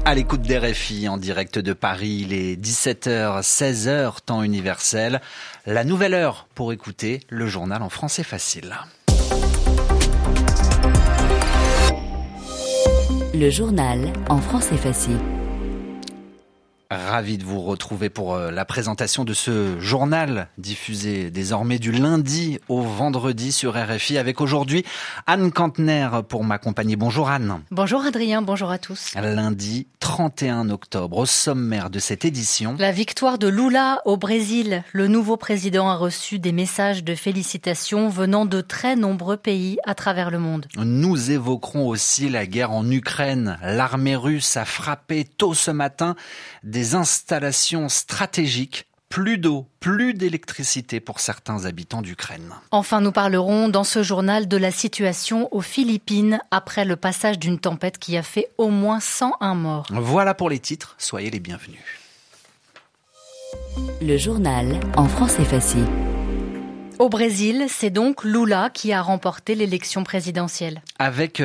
À l'écoute d'RFI en direct de Paris, il est 17h, 16h, temps universel. La nouvelle heure pour écouter le journal en français facile. Le journal en français facile. Ravi de vous retrouver pour la présentation de ce journal diffusé désormais du lundi au vendredi sur RFI avec aujourd'hui Anne Kantner pour m'accompagner. Bonjour Anne. Bonjour Adrien, bonjour à tous. Lundi 31 octobre, au sommaire de cette édition. La victoire de Lula au Brésil. Le nouveau président a reçu des messages de félicitations venant de très nombreux pays à travers le monde. Nous évoquerons aussi la guerre en Ukraine. L'armée russe a frappé tôt ce matin des installations stratégiques. Plus d'eau, plus d'électricité pour certains habitants d'Ukraine. Enfin, nous parlerons dans ce journal de la situation aux Philippines après le passage d'une tempête qui a fait au moins 101 morts. Voilà pour les titres, soyez les bienvenus. Le journal en français facile. Au Brésil, c'est donc Lula qui a remporté l'élection présidentielle. Avec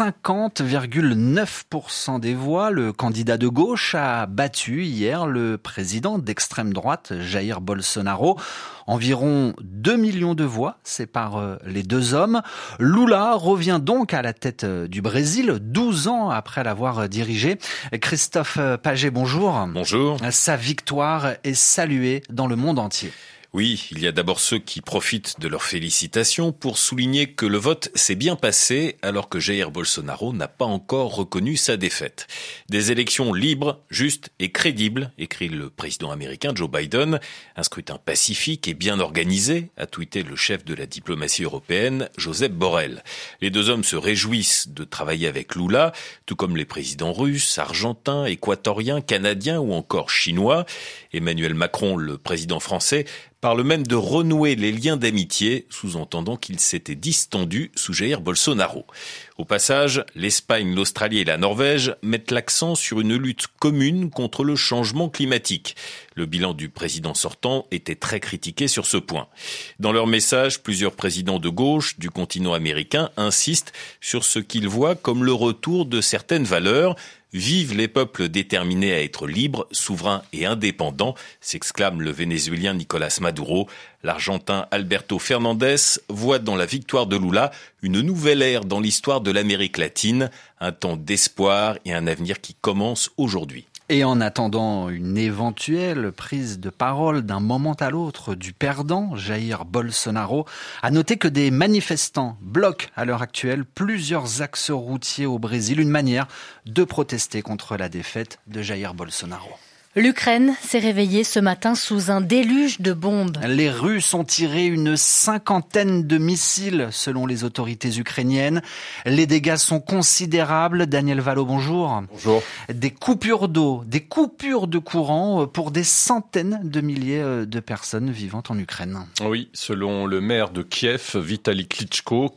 50,9% des voix, le candidat de gauche a battu hier le président d'extrême droite, Jair Bolsonaro. Environ 2 millions de voix séparent les deux hommes. Lula revient donc à la tête du Brésil, 12 ans après l'avoir dirigé. Christophe Paget, bonjour. Bonjour. Sa victoire est saluée dans le monde entier. Oui, il y a d'abord ceux qui profitent de leurs félicitations pour souligner que le vote s'est bien passé alors que Jair Bolsonaro n'a pas encore reconnu sa défaite. Des élections libres, justes et crédibles, écrit le président américain Joe Biden. Un scrutin pacifique et bien organisé, a tweeté le chef de la diplomatie européenne, Josep Borrell. Les deux hommes se réjouissent de travailler avec Lula, tout comme les présidents russes, argentins, équatoriens, canadiens ou encore chinois. Emmanuel Macron, le président français, parle même de renouer les liens d'amitié, sous-entendant qu'il s'était distendu sous Jair Bolsonaro. Au passage, l'Espagne, l'Australie et la Norvège mettent l'accent sur une lutte commune contre le changement climatique. Le bilan du président sortant était très critiqué sur ce point. Dans leur message, plusieurs présidents de gauche du continent américain insistent sur ce qu'ils voient comme le retour de certaines valeurs. Vive les peuples déterminés à être libres, souverains et indépendants, s'exclame le Vénézuélien Nicolás Maduro. L'Argentin Alberto Fernandez voit dans la victoire de Lula une nouvelle ère dans l'histoire de l'Amérique latine, un temps d'espoir et un avenir qui commence aujourd'hui. Et en attendant une éventuelle prise de parole d'un moment à l'autre du perdant, Jair Bolsonaro, à noter que des manifestants bloquent à l'heure actuelle plusieurs axes routiers au Brésil, une manière de protester contre la défaite de Jair Bolsonaro. L'Ukraine s'est réveillée ce matin sous un déluge de bombes. Les Russes ont tiré une 50aine de missiles selon les autorités ukrainiennes. Les dégâts sont considérables. Daniel Valo, bonjour. Bonjour. Des coupures d'eau, des coupures de courant pour des centaines de milliers de personnes vivant en Ukraine. Oui, selon le maire de Kiev, Vitali Klitschko,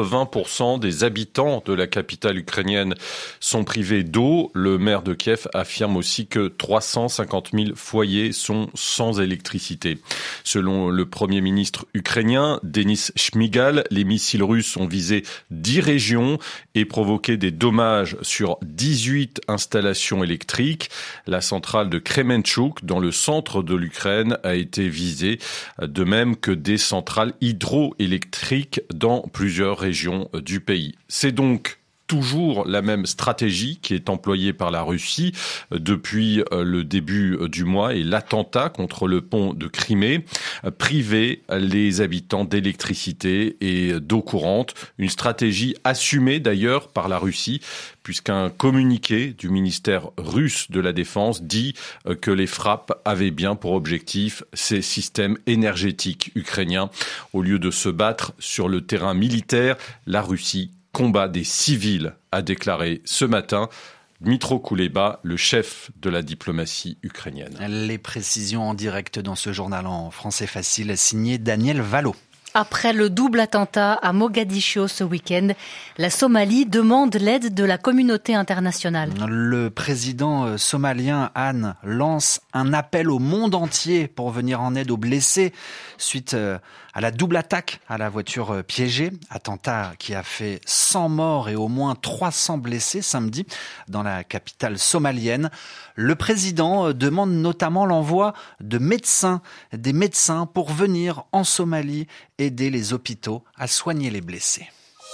80% des habitants de la capitale ukrainienne sont privés d'eau. Le maire de Kiev affirme aussi que 350 000 foyers sont sans électricité. Selon le premier ministre ukrainien, Denis Shmyhal, les missiles russes ont visé 10 régions et provoqué des dommages sur 18 installations électriques. La centrale de Kremenchuk, dans le centre de l'Ukraine, a été visée, de même que des centrales hydroélectriques dans plusieurs régions du pays. C'est donc toujours la même stratégie qui est employée par la Russie depuis le début du mois et l'attentat contre le pont de Crimée, priver les habitants d'électricité et d'eau courante. Une stratégie assumée d'ailleurs par la Russie, puisqu'un communiqué du ministère russe de la Défense dit que les frappes avaient bien pour objectif ces systèmes énergétiques ukrainiens. Au lieu de se battre sur le terrain militaire, la Russie combat des civils, a déclaré ce matin Dmytro Kuleba, le chef de la diplomatie ukrainienne. Les précisions en direct dans ce journal en français facile, signé Daniel Valo. Après le double attentat à Mogadiscio ce week-end, la Somalie demande l'aide de la communauté internationale. Le président somalien Han lance un appel au monde entier pour venir en aide aux blessés suite à la double attaque à la voiture piégée, attentat qui a fait 100 morts et au moins 300 blessés samedi dans la capitale somalienne. Le président demande notamment l'envoi de médecins, des médecins pour venir en Somalie aider les hôpitaux à soigner les blessés.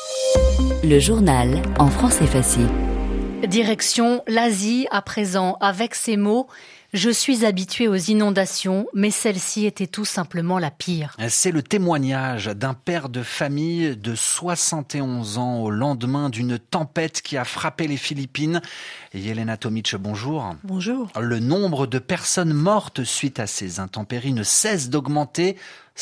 Le journal en français facile. Direction l'Asie à présent avec ces mots. Je suis habitué aux inondations, mais celle-ci était tout simplement la pire. C'est le témoignage d'un père de famille de 71 ans au lendemain d'une tempête qui a frappé les Philippines. Jelena Tomic, bonjour. Bonjour. Le nombre de personnes mortes suite à ces intempéries ne cesse d'augmenter.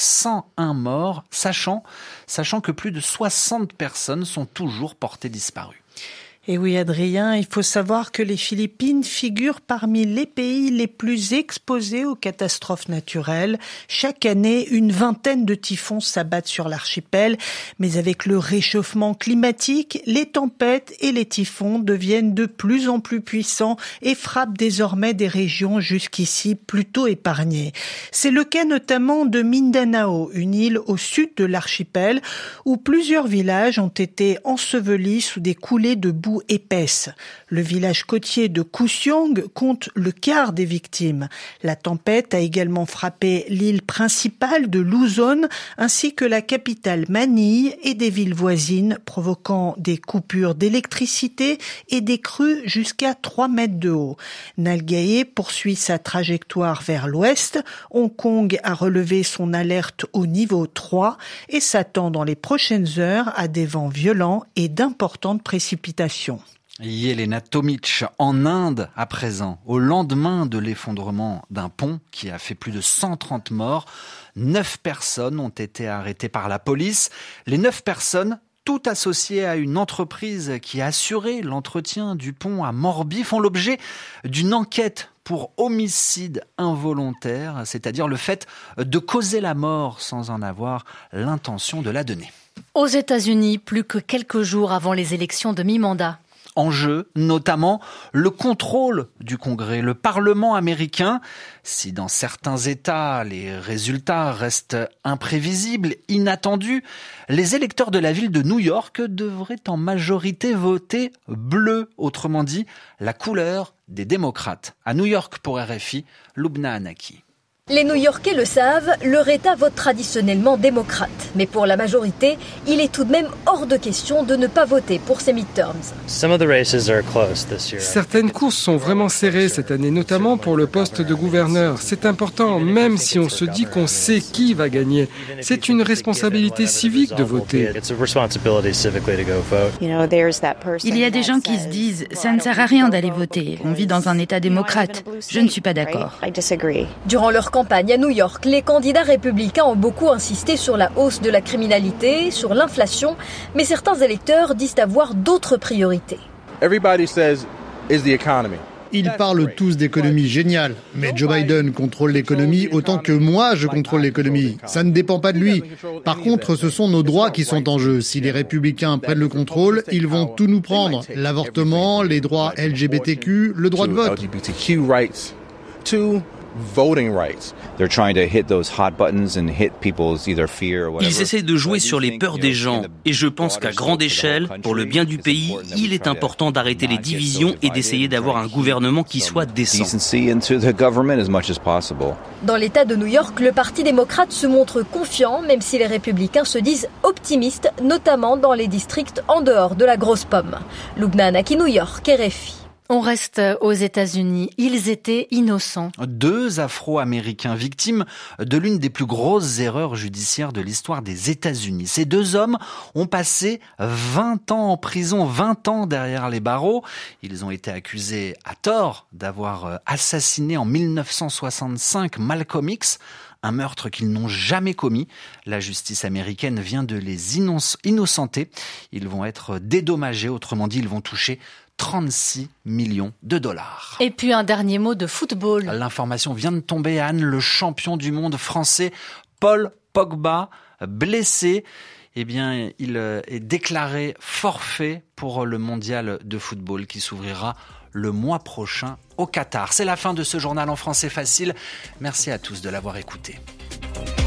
101 morts, sachant que plus de 60 personnes sont toujours portées disparues. Et oui, Adrien, il faut savoir que les Philippines figurent parmi les pays les plus exposés aux catastrophes naturelles. Chaque année, une vingtaine de typhons s'abattent sur l'archipel. Mais avec le réchauffement climatique, les tempêtes et les typhons deviennent de plus en plus puissants et frappent désormais des régions jusqu'ici plutôt épargnées. C'est le cas notamment de Mindanao, une île au sud de l'archipel, où plusieurs villages ont été ensevelis sous des coulées de boue épaisse. Le village côtier de Kusiong compte le quart des victimes. La tempête a également frappé l'île principale de Luzon ainsi que la capitale Manille et des villes voisines, provoquant des coupures d'électricité et des crues jusqu'à 3 mètres de haut. Nalgae poursuit sa trajectoire vers l'ouest. Hong Kong a relevé son alerte au niveau 3 et s'attend dans les prochaines heures à des vents violents et d'importantes précipitations. Jelena Tomic, en Inde à présent, au lendemain de l'effondrement d'un pont qui a fait plus de 130 morts, 9 personnes ont été arrêtées par la police. Les 9 personnes, toutes associées à une entreprise qui a assuré l'entretien du pont à Morbi, font l'objet d'une enquête pour homicide involontaire, c'est-à-dire le fait de causer la mort sans en avoir l'intention de la donner. Aux États-Unis, plus que quelques jours avant les élections de mi-mandat. En jeu, notamment, le contrôle du Congrès, le Parlement américain. Si dans certains États, les résultats restent imprévisibles, inattendus, les électeurs de la ville de New York devraient en majorité voter bleu, autrement dit, la couleur des démocrates. À New York pour RFI, Lubna Anaki. Les New-Yorkais le savent, leur État vote traditionnellement démocrate. Mais pour la majorité, il est tout de même hors de question de ne pas voter pour ces midterms. Certaines courses sont vraiment serrées cette année, notamment pour le poste de gouverneur. C'est important, même si on se dit qu'on sait qui va gagner. C'est une responsabilité civique de voter. Il y a des gens qui se disent « ça ne sert à rien d'aller voter, on vit dans un État démocrate ». Je ne suis pas d'accord. Durant leur campagne à New York, les candidats républicains ont beaucoup insisté sur la hausse de la criminalité, sur l'inflation, mais certains électeurs disent avoir d'autres priorités. Ils parlent tous d'économie géniale, mais Joe Biden contrôle l'économie autant que moi je contrôle l'économie. Ça ne dépend pas de lui. Par contre, ce sont nos droits qui sont en jeu. Si les républicains prennent le contrôle, ils vont tout nous prendre. L'avortement, les droits LGBTQ, le droit de vote. Ils essaient de jouer sur les peurs des gens. Et je pense qu'à grande échelle, pour le bien du pays, il est important d'arrêter les divisions et d'essayer d'avoir un gouvernement qui soit décent. Dans l'État de New York, le Parti démocrate se montre confiant, même si les républicains se disent optimistes, notamment dans les districts en dehors de la grosse pomme. Lubna Anaki, New York, RFI. On reste aux États-Unis. Ils étaient innocents. 2 Afro-Américains victimes de l'une des plus grosses erreurs judiciaires de l'histoire des États-Unis. Ces 2 hommes ont passé 20 ans en prison, 20 ans derrière les barreaux. Ils ont été accusés à tort d'avoir assassiné en 1965 Malcolm X, un meurtre qu'ils n'ont jamais commis. La justice américaine vient de les innocenter. Ils vont être dédommagés, autrement dit, ils vont toucher 36 millions de dollars. Et puis un dernier mot de football. L'information vient de tomber, Anne, le champion du monde français Paul Pogba, blessé. Eh bien, il est déclaré forfait pour le mondial de football qui s'ouvrira le mois prochain au Qatar. C'est la fin de ce journal en français facile. Merci à tous de l'avoir écouté.